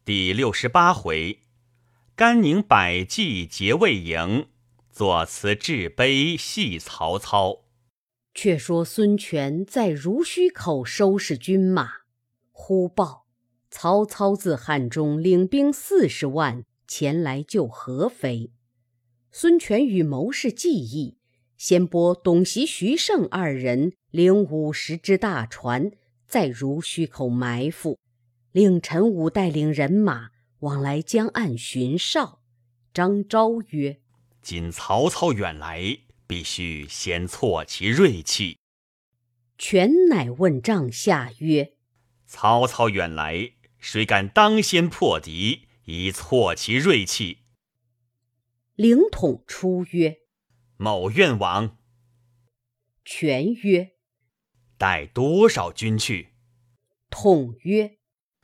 第68回，甘宁百计结魏营，左慈置碑戏曹操。 却说孙权在濡须口收拾军马，忽报曹操自汉中领兵40万前来救合肥。孙权与谋士计议，先拨董袭、徐盛2人领50只大船，在濡须口埋伏，令陈武带领人马往来江岸巡哨。张昭曰： 今曹操远来，必须先挫其锐气。 权乃问帐下曰： 曹操远来，谁敢当先破敌，以挫其锐气？ 凌统出曰： 某愿往。 权曰： 带多少军去？ 统曰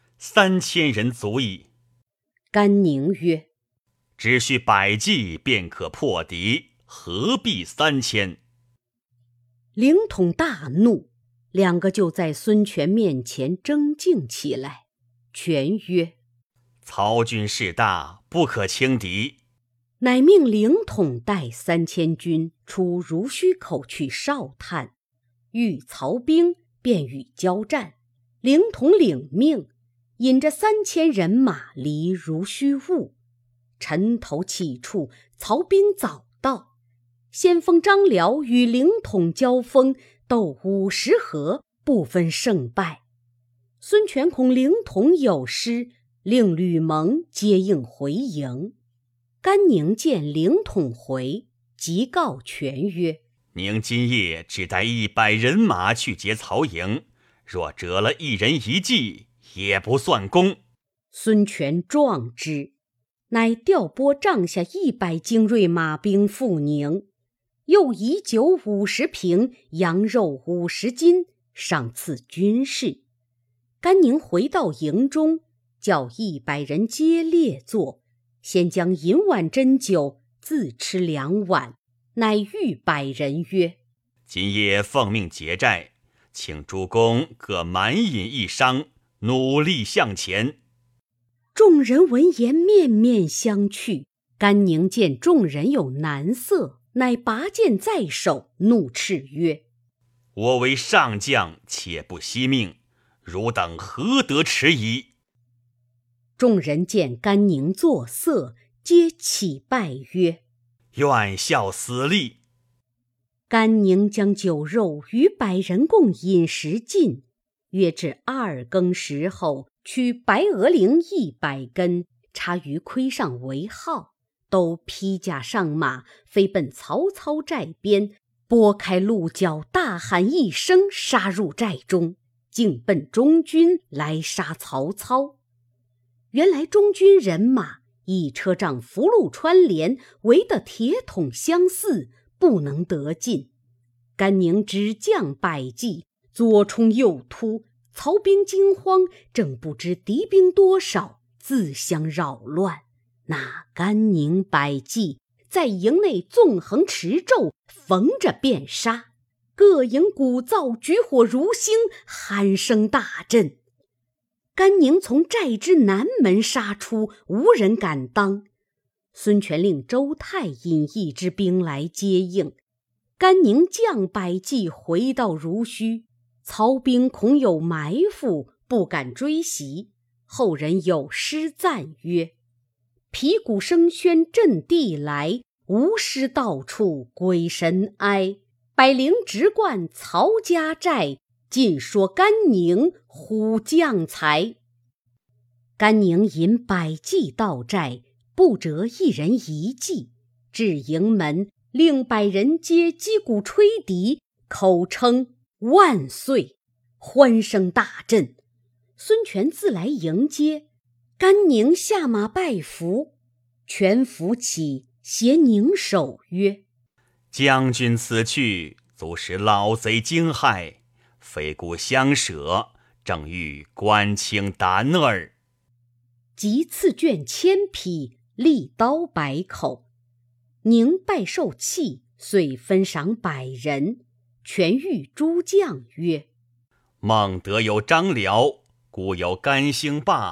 3000人足矣。 甘宁曰： 只需100骑便可破敌，何必3000？ 凌统大怒，2个就在孙权面前争竞起来。权曰： 曹军势大，不可轻敌。 乃命凌统带3000军出濡须口去哨探，遇曹兵便与交战。凌统领命，引着3000人马离濡须坞。晨头起处，曹兵早到，先锋张辽与凌统交锋，斗50合，不分胜败。孙权恐凌统有失，令吕蒙接应回营。甘宁见凌统回，即告权曰： 宁今夜只带100人马去劫曹营，若折了1人1骑，也不算功。 孙权壮之，乃调拨帐下100精锐马兵赴宁，又以酒50瓶，羊肉50斤，赏赐军士。甘宁回到营中，叫100人皆列坐，先将银碗斟酒，自吃2碗，乃谕100人曰： 今夜奉命劫寨，请诸公各满饮1觞，努力向前。 众人闻言面面相觑。甘宁见众人有难色，乃拔剑在手，怒斥曰： 我为上将，且不惜命，汝等何得迟疑？ 众人见甘宁作色，皆起拜曰： 愿效死力。 甘宁将酒肉与100人共饮食尽，约至2更时后，取白鹅翎100根，插于盔上为号，都披甲上马，飞奔曹操寨边，拨开鹿角，大喊一声，杀入寨中，径奔中军来杀曹操。原来中军人马一车仗福禄川连，围得铁桶相似，不能得进。甘宁只将100骑，左冲右突，曹兵惊慌，正不知敌兵多少，自相扰乱。那甘宁100骑在营内纵横驰骤，逢着便杀，各营鼓噪，举火如星，鼾声大震。甘宁从寨之南门杀出，无人敢当。孙权令周泰引1支兵来接应。甘宁将100骑回到濡须，曹兵恐有埋伏，不敢追袭。后人有诗赞曰：皮鼓声喧震地来，无师到处鬼神哀。百灵直贯曹家寨，尽说甘宁虎将才。甘宁引100骑到寨，不折1人1骑，至营门，令100人皆击鼓吹笛，口称万岁，欢声大振。孙权自来迎接，甘宁下马拜服，权扶起，携宁手曰： 将军此去，足使老贼惊骇，非故相舍，正欲关清胆耳。 即赐卷1000匹，利刀100口。宁拜受器，遂分赏100人。权谕诸将曰： 孟德有张辽，故有甘兴霸，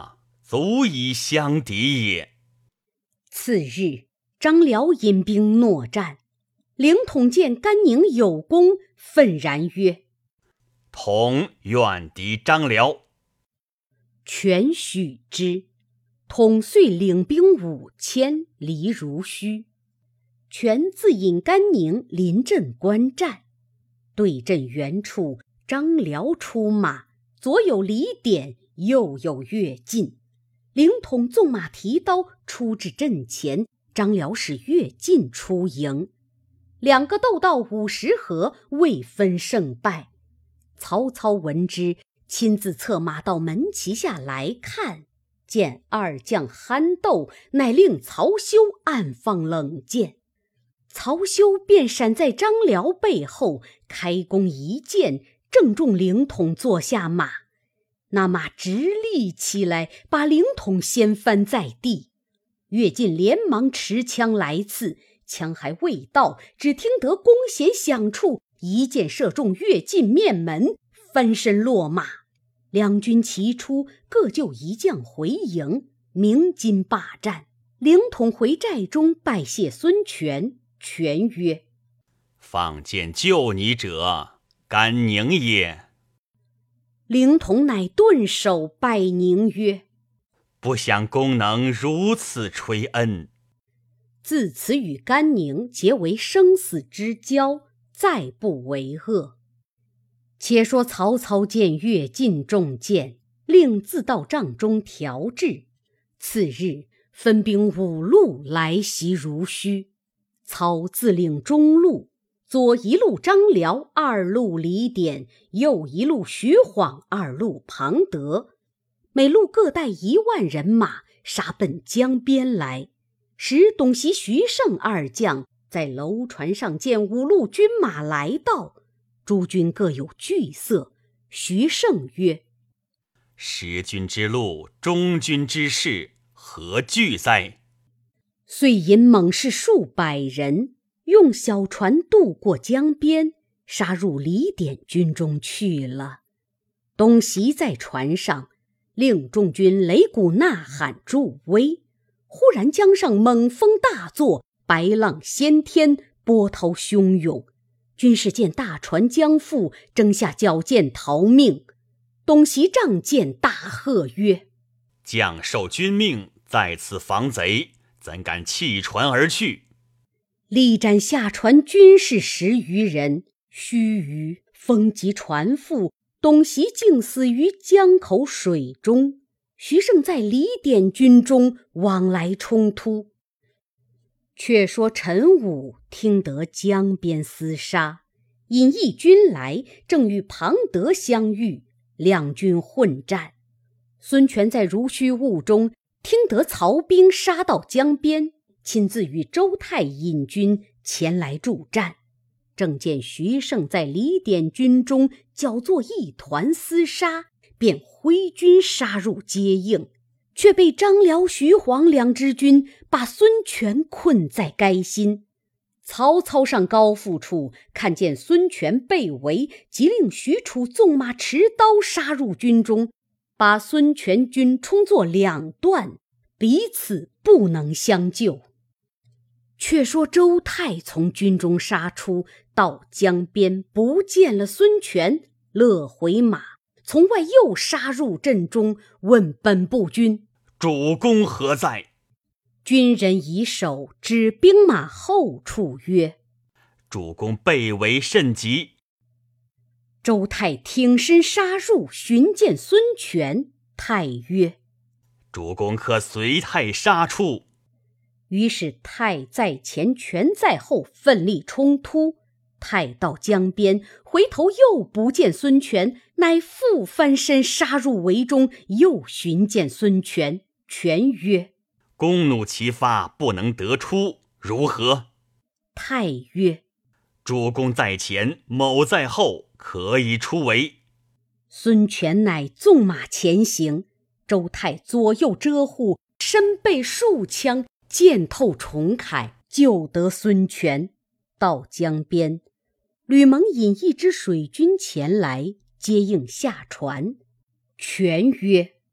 足以相敌也。” 次日，张辽引兵搦战，凌统见甘宁有功，愤然曰：“ 统愿敌张辽。” 权许之。统遂领兵5000离如须。权自引甘宁临阵观战，对阵原处，张辽出马，左有李典，右有乐进。凌统纵马提刀出至阵前，张辽使乐进出迎，两个斗到50合，未分胜败。曹操闻之，亲自策马到门旗下来看，见二将酣斗，乃令曹休暗放冷箭。曹休便闪在张辽背后，开弓一箭，正中凌统坐下马。那马直立起来，把凌统掀翻在地。乐进连忙持枪来刺，枪还未到，只听得弓弦响处，一箭射中乐进面门，翻身落马。两军齐出，各就一将回营，鸣金罢战。凌统回寨中拜谢孙权，权曰：“ 放箭救你者，甘宁也。” 凌统乃顿首拜宁曰：“ 不想公能如此垂恩。” 自此与甘宁结为生死之交，再不为恶。且说曹操见乐进中箭，令自到帐中调治。次日，分兵5路来袭如须。操自领中路，左一路张辽，2路李典，右一路徐晃，2路庞德，每路各带1万人马，杀奔江边来。时董袭、徐盛2将在楼船上见5路军马来到，诸军各有惧色。徐盛曰：“ 识君之路，忠君之事，何惧哉？” 遂引猛士数百人，用小船渡过江边，杀入李典军中去了。董袭在船上，令众军擂鼓呐喊助威。忽然江上猛风大作，白浪掀天，波涛汹涌。军士见大船将覆，争下矫剑逃命。董袭仗剑大喝曰：“ 将受君命，在此防贼，怎敢弃船而去？” 力斩下船军士10余人。须臾，风急船覆，董袭竟死于江口水中。徐盛在李典军中往来冲突。却说陈武听得江边厮杀，引义军来，正与庞德相遇，两军混战。孙权在如须坞中听得曹兵杀到江边，亲自与周泰引军前来助战。正见徐盛在李典军中搅作一团厮杀，便挥军杀入接应，却被张辽、徐晃2支军把孙权困在垓心。曹操上高阜处，看见孙权被围，即令许褚纵马持刀杀入军中，把孙权军冲作2段，彼此不能相救。却说周泰从军中杀出，到江边不见了孙权，勒回马，从外又杀入阵中，问本部军：“ 主公何在？” 军人以手指兵马后处曰：“ 主公被围甚急。” 周泰挺身杀入，寻见孙权。泰曰：“ 主公可随泰杀出。” 于是泰在前，权在后，奋力冲突。泰到江边，回头又不见孙权，乃复翻身杀入围中，又寻见孙权。权曰：“ 弓弩齐发，不能得出，如何？” 泰曰：“ 主公在前，某在后，可以出围。” 孙权乃纵马前行，周泰左右遮护，身背数枪，箭透重铠，救得孙权。到江边，吕蒙引一支水军前来接应下船。权曰：“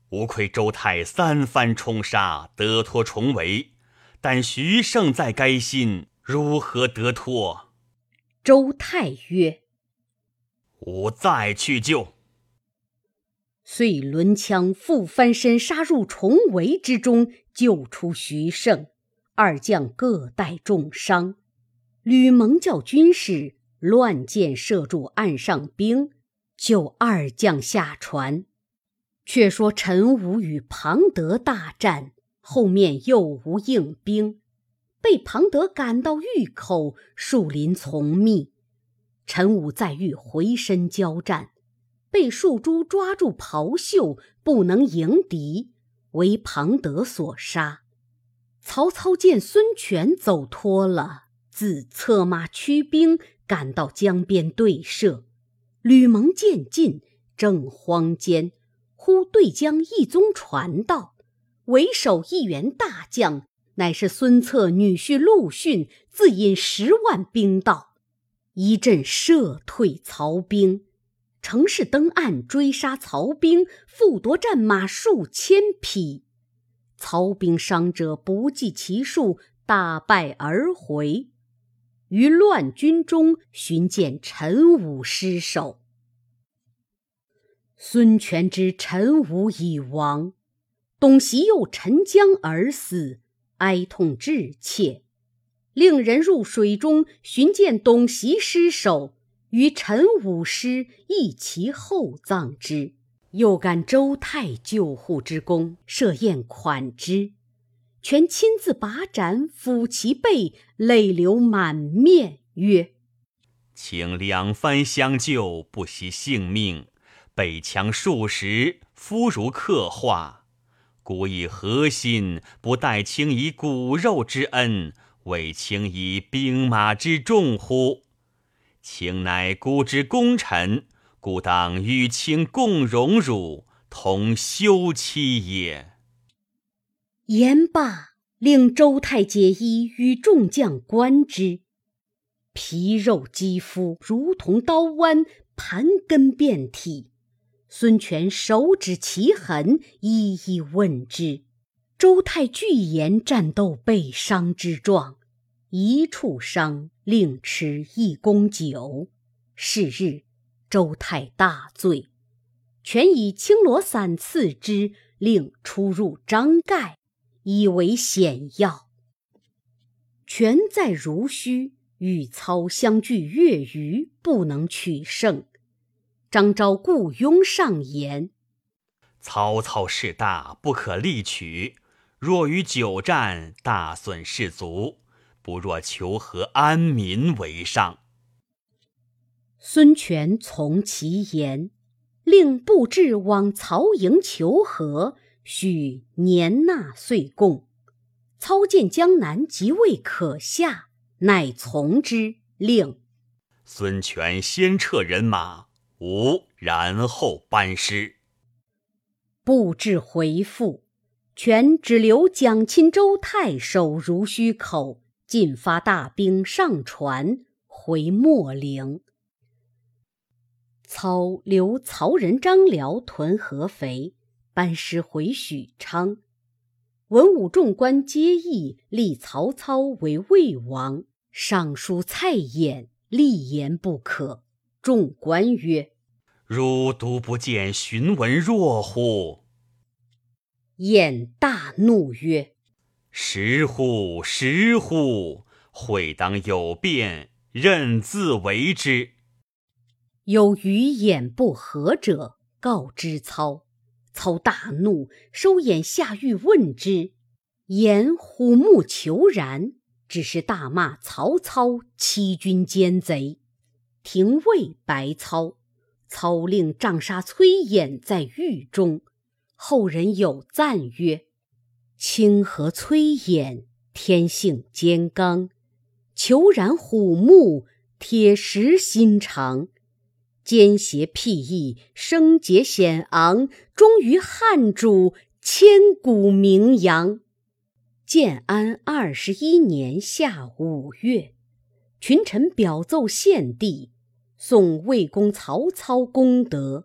无愧周太3番冲杀，得脱重围，但徐盛在该心，如何得脱？” 周泰曰：“ 吾再去救。” 遂抡枪复翻身杀入重围之中，救出徐盛，二将各带重伤。吕蒙叫军士乱箭射住岸上兵，救二将下船。却说陈武与庞德大战，后面又无应兵，被庞德赶到峪口，树林丛密。陈武在峪回身交战，被树珠抓住袍袖，不能迎敌，为庞德所杀。曹操见孙权走脱了，自策马驱兵赶到江边对射。吕蒙渐近，正慌间，忽对江一宗传到，为首一员大将，乃是孙策女婿陆逊，自引10万兵到，一阵射退曹兵。程氏登岸追杀曹兵，复夺战马数千匹。曹兵伤者不计其数，大败而回。于乱军中寻见陈武尸首。孙权知陈武已亡，董袭又沉江而死，哀痛至切，令人入水中寻见董袭尸首，与陈武尸一齐厚葬之。又感周泰救护之功，设宴款之。权亲自把斩，抚其背，泪流满面，曰：“ 请2番相救，不惜性命，被强数十，夫如刻画。孤以何心，不待卿以骨肉之恩，为卿以兵马之众乎？卿乃孤之功臣，故当与卿共荣辱，同休戚也。” 言罢，令周泰解衣，与众将观之。皮肉肌肤如同刀剜，盘根遍体。孙权手指其痕，一一问之。周泰具言战斗被伤之状，一处伤，令吃1公酒。是日，周泰大醉，权以青罗伞刺之，令出入章盖，以为险要。权在濡须，与操相距月余，不能取胜。张昭雇庸上言：“ 曹操势大，不可力取。若与久战，大损士卒，不若求和安民为上。” 孙权从其言，令布置往曹营求和，许年纳岁贡。操见江南即未可下，乃从之，令孙权先撤人马，吾然后班师。 布置回复，权只留蒋钦、周泰守濡须口，尽发大兵上船，回秣陵。操留曹仁、张辽屯合肥，班师回许昌。文武众官皆议，立曹操为魏王。尚书蔡琰立言不可。众官曰：“ 汝独不见荀文弱乎？” 琰大怒曰：“ 时乎，时乎！会当有变，任自为之。” 有与琰不和者，告知操。操大怒，收琰下狱问之。琰虎目虬然，只是大骂曹操欺君奸贼。廷尉白操，操令杖杀崔琰在狱中。后人有赞曰：“清和崔琰，天性坚刚；虬然虎目，铁石心肠。奸邪僻异，声节显昂，忠于汉主，千古名扬。”建安21年夏5月，群臣表奏献帝，颂魏公曹操功德，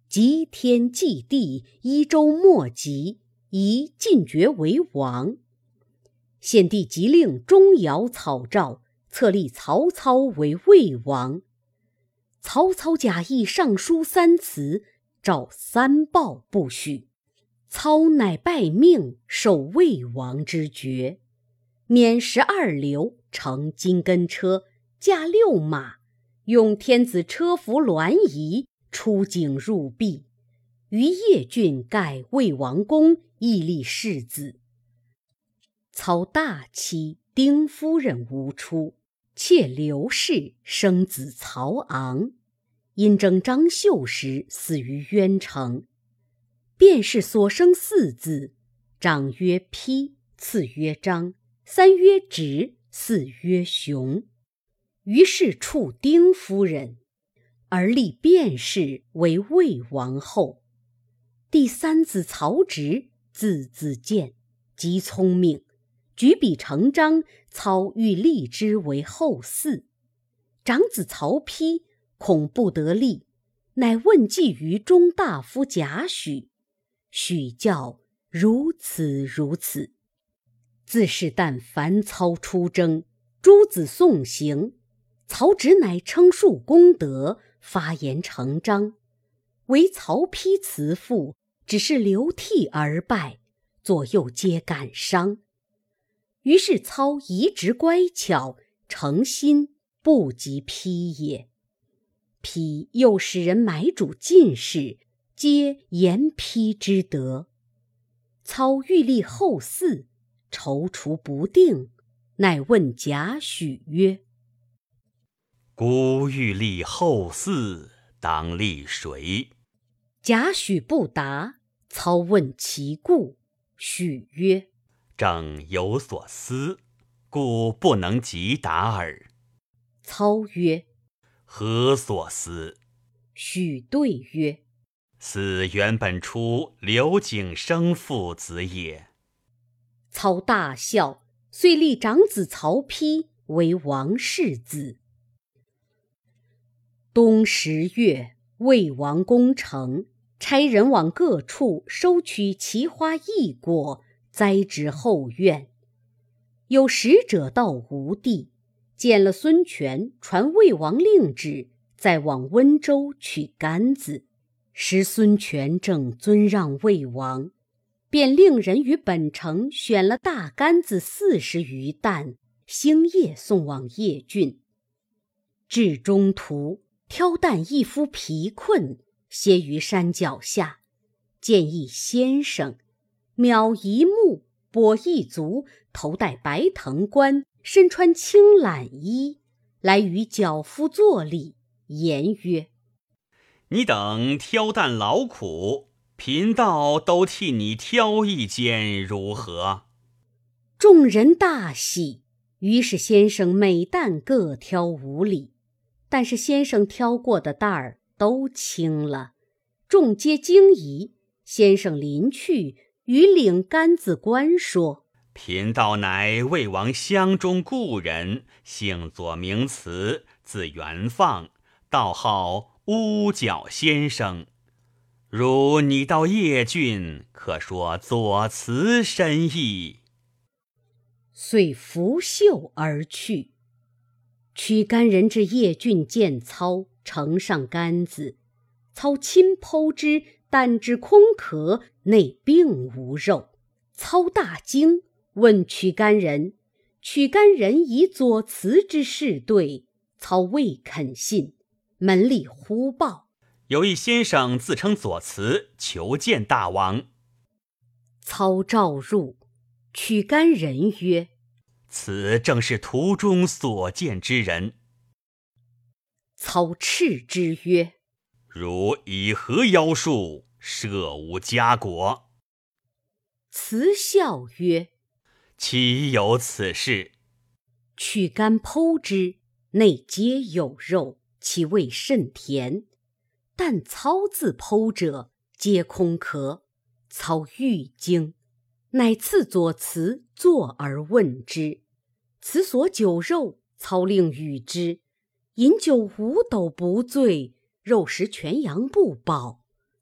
祭天祭地，一周末及，以进爵为王。献帝即令钟繇、曹昭册立曹操为魏王。曹操假意上书三辞，赵三报不许。操乃拜命，受魏王之爵，免12流，乘金根车，驾6马，用天子车服銮仪，出京入壁。于邺郡盖魏王宫，屹立世子。操大妻丁夫人无出，妾刘氏生子曹昂，因征张绣时死于渊城。便是所生4子，长曰丕，次曰章，3曰直，4曰雄。于是处丁夫人，而立卞氏为魏王后。第3子曹植，字子建，极聪明，举笔成章，操欲立之为后嗣。长子曹丕恐不得立，乃问计于中大夫贾诩，许教如此如此。自是但凡操出征，诸子送行，曹植乃称述功德，发言成章。唯曹丕辞赋，只是流涕而拜，左右皆感伤。于是操移植乖巧，诚心不及丕也。丕又使人买主进士，皆言丕之德。操欲立后嗣，踌躇不定，乃问贾诩曰： 孤欲立后嗣，当立谁？ 贾诩不答。操问其故，许曰： 正有所思，故不能即答耳。 操曰： 何所思？ 许对曰： 此原本出刘景升父子也。 操大笑，遂立长子曹丕为王世子。冬10月，魏王攻城，差人往各处收取奇花异果，栽植后院。有使者到吴地，见了孙权，传魏王令旨，再往温州取柑子。时孙权正尊让魏王，便令人于本城选了大柑子40余担，星夜送往邺郡。至中途，挑担一夫疲困，歇于山脚下，见一先生，渺一目，跛一足，头戴白藤冠，身穿青襴衣，来与脚夫作礼，言曰： 你等挑担劳苦，贫道都替你挑一间，如何？ 众人大喜，于是先生每担各挑5里。但是先生挑过的担儿都轻了，众皆惊疑。先生临去，与领柑子官说： 贫道乃魏王乡中故人，姓左名慈，字元放，道号乌角先生。如你到邺郡，可说左慈深意。 遂拂袖而去。取柑人至邺郡见操，呈上柑子。操亲剖之，但知空壳，内并无肉。操大惊，问取柑人。取柑人以左慈之事对，操未肯信。门里忽报， 有一先生自称左慈，求见大王。 操召入，取柑人曰： 此正是途中所见之人。 操斥之曰： 汝以何妖术，设无家国？ 慈笑曰： 岂有此事？ 取柑剖之，内皆有肉，其味甚甜。但操自剖者，皆空壳。操愈惊，乃赐左慈坐而问之。慈所酒肉，操令与之，饮酒5斗不醉，肉食全羊不饱。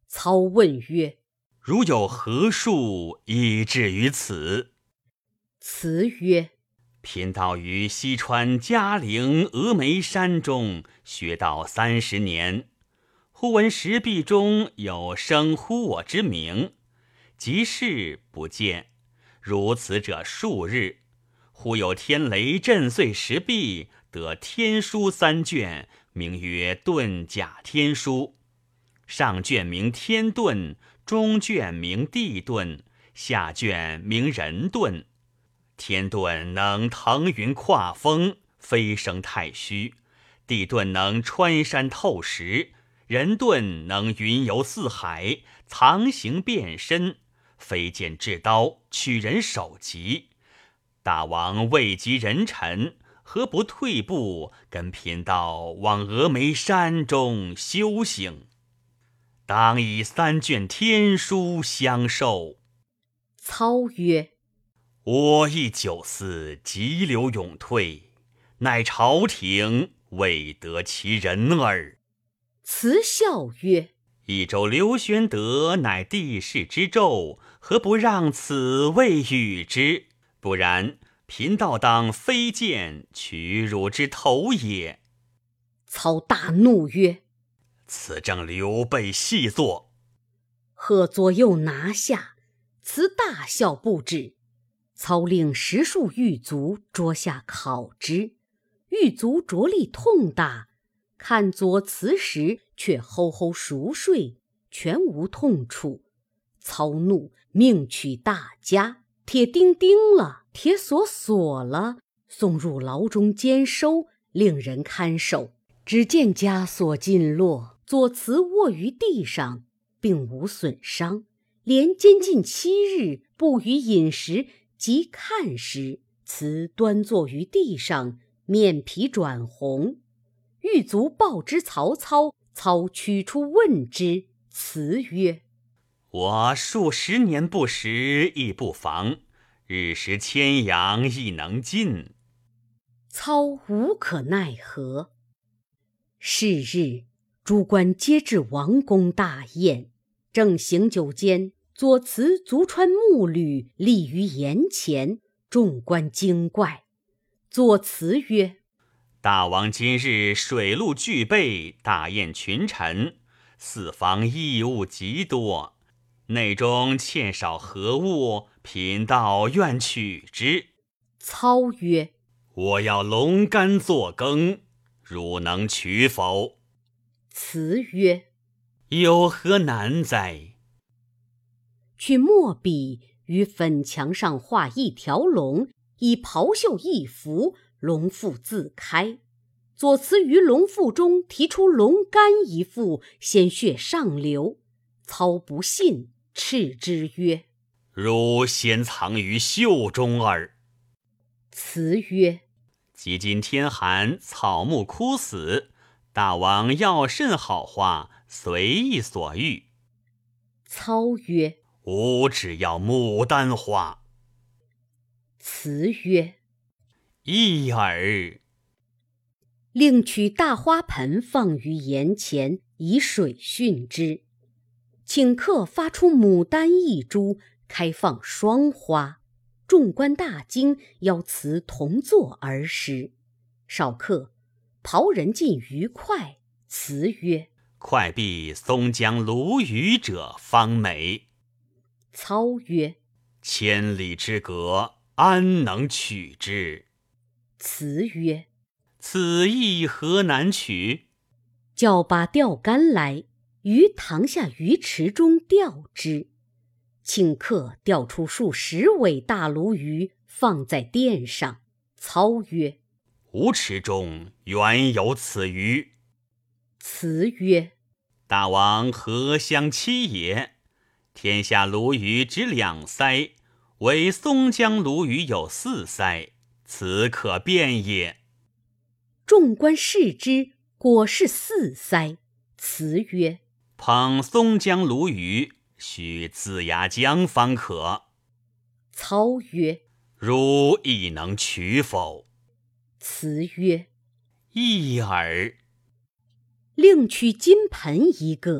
操问曰： 如有何术以至于此？ 辞曰： 贫道于西川嘉陵峨眉山中学道30年，忽闻石壁中有声呼我之名，即是不见，如此者数日，忽有天雷震碎石壁，得天书3卷，名曰遁甲天书。上卷名天遁，中卷名地遁，下卷名人遁。天遁能腾云跨风，飞升太虚；地遁能穿山透石；人遁能云游四海，藏形变身，飞剑制刀，取人首级。大王位极人臣，何不退步，跟贫道往峨眉山中修行？当以3卷天书相授。 操曰： 我亦久思急流勇退，乃朝廷未得其人耳。 辞笑曰： 益州刘玄德乃帝室之胄，何不让此位与之？不然，贫道当飞剑取汝之头也。 操大怒曰： 此正刘备细作。 喝左右拿下，辞大笑不止。操令10数狱卒捉下考之，狱卒着力痛大，看左辞时却吼吼熟睡，全无痛处。操怒，命取大枷，铁钉钉了，铁锁锁了，送入牢中监收，令人看守。只见枷锁尽落，左辞卧于地上，并无损伤，连监禁7日，不予饮食。即看时，辞端坐于地上，面皮转红。狱卒报之曹操，操取出问之。辞曰： 我数10年不食亦不妨，日食千阳亦能尽。 操无可奈何。是日，诸官皆至王宫大宴，正行酒间，左慈足穿木履，立于檐前，众官惊怪。左慈曰： 大王今日水陆俱备，大宴群臣，四方异物极多，内中欠少何物，贫道愿取之。 操曰： 我要龙肝作羹，汝能取否？ 辞曰： 有何难哉？ 取墨笔于粉墙上画一条龙，以袍袖一拂，龙腹自开。左慈于龙腹中提出龙肝一副，鲜血上流。操不信，斥之曰： 汝先藏于袖中耳。 辞曰： 即今天寒，草木枯死，大王要甚好话，随意所欲。 操曰： 吾只要牡丹花。 辞曰： 一耳。 令取大花盆放于檐前，以水训之。请客发出牡丹一株，开放双花。众官大惊，邀辞同坐而食。少客，袍人进鱼筷，辞曰： 快必松江鲈鱼者方美。 操曰： 千里之隔，安能取之？ 辞曰： 此意何难取？ 叫把钓竿来，于塘下鱼池中钓之。请客钓出数10尾大鲈鱼，放在殿上。操曰： 吾池中原有此鱼。 辞曰： 大王何相欺也？天下鲈鱼只2鳃，唯松江鲈鱼有4鳃，此可辨也。 众官视之，果是4鳃。辞曰： 捧松江鲈鱼，须自牙江方可。 操曰： 汝亦能取否？ 辞曰： 一耳。 另取金盆一个，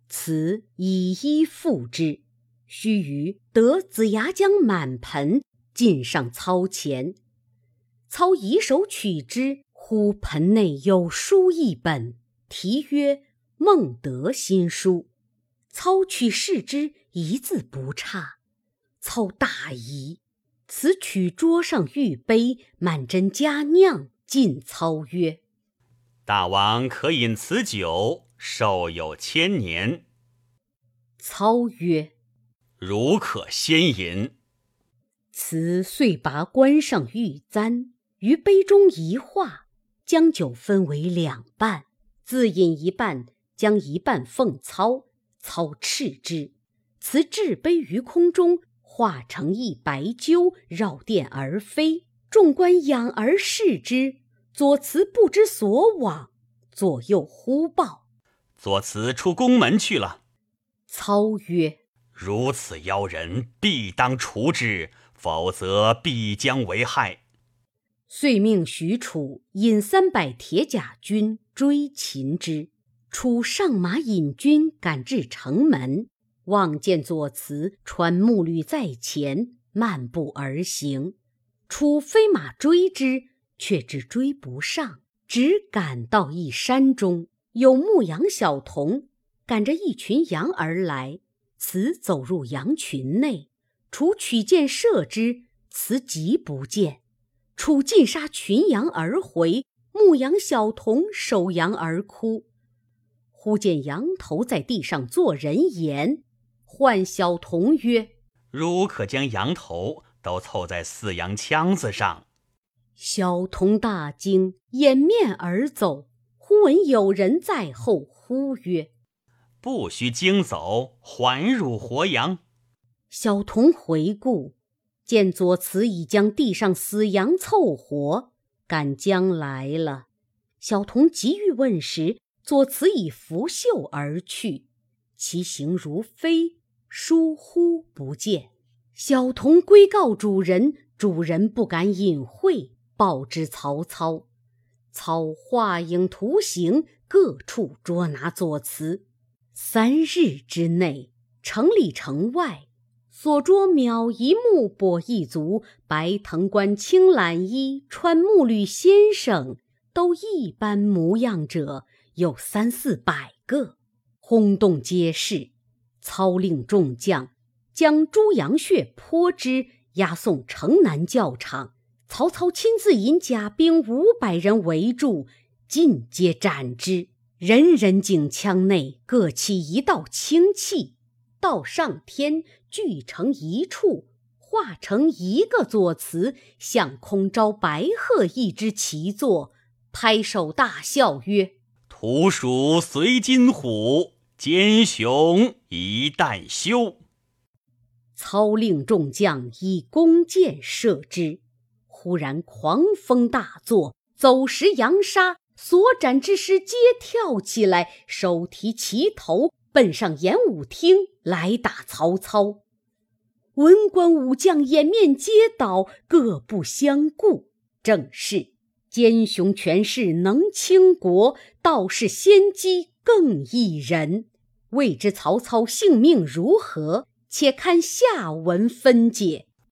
此以一复之。须臾得子牙将满盆，进上操前。操以手取之，忽盆内有书一本，题曰《孟德新书》。操取视之，一字不差。操大疑，此取桌上玉杯，满斟佳酿，进操曰： 大王可饮此酒，寿有千年。 操曰： 汝可先饮。 此遂拔冠上玉簪，于杯中一化，将酒分为两半，自饮一半，将一半奉操。操斥之，此置杯于空中，化成一白鸠，绕殿而飞。众官仰而视之，左慈不知所往，左右忽报： 左慈出宫门去了。 操曰： 如此妖人，必当除之，否则必将为害。 遂命许褚引300铁甲军追擒之。楚上马引军赶至城门，望见左慈穿木履在前，漫步而行。楚飞马追之，却只追不上，只赶到一山中，有牧羊小童赶着一群羊而来，慈走入羊群内，楚取箭射之，慈即不见。楚尽杀群羊而回，牧羊小童守羊而哭。忽见羊头在地上做人言，唤小童曰： 汝可将羊头都凑在4羊腔子上。 小童大惊，掩面而走。忽闻有人在后呼曰： 不须惊走，还汝活羊。 小童回顾，见左慈已将地上死羊凑活，赶将来了。小童急欲问时，左慈已拂袖而去，其形如飞，疏忽不见。小童归告主人，主人不敢隐晦，报之曹操。操画影图形，各处捉拿左慈。3日之内，城里城外所捉苗一木跛一足、白藤冠青襴衣、穿木履先生，都一般模样者，有300-400个，轰动街市。操令众将将猪羊血泼之，押送城南教场。曹操亲自引甲兵500人围住，尽皆斩之。人人颈腔内各起一道清气，到上天聚成一处，化成一个左慈，向空招白鹤一只齐坐，拍手大笑曰： 土鼠随金虎，奸雄一旦休。 操令众将以弓箭射之，忽然狂风大作，走石扬沙，所斩之师皆跳起来，手提旗头，奔上演武厅来打曹操。文官武将掩面皆倒，各不相顾。正是奸雄权势能倾国，道士先机更益人。未知曹操性命如何，且看下文分解。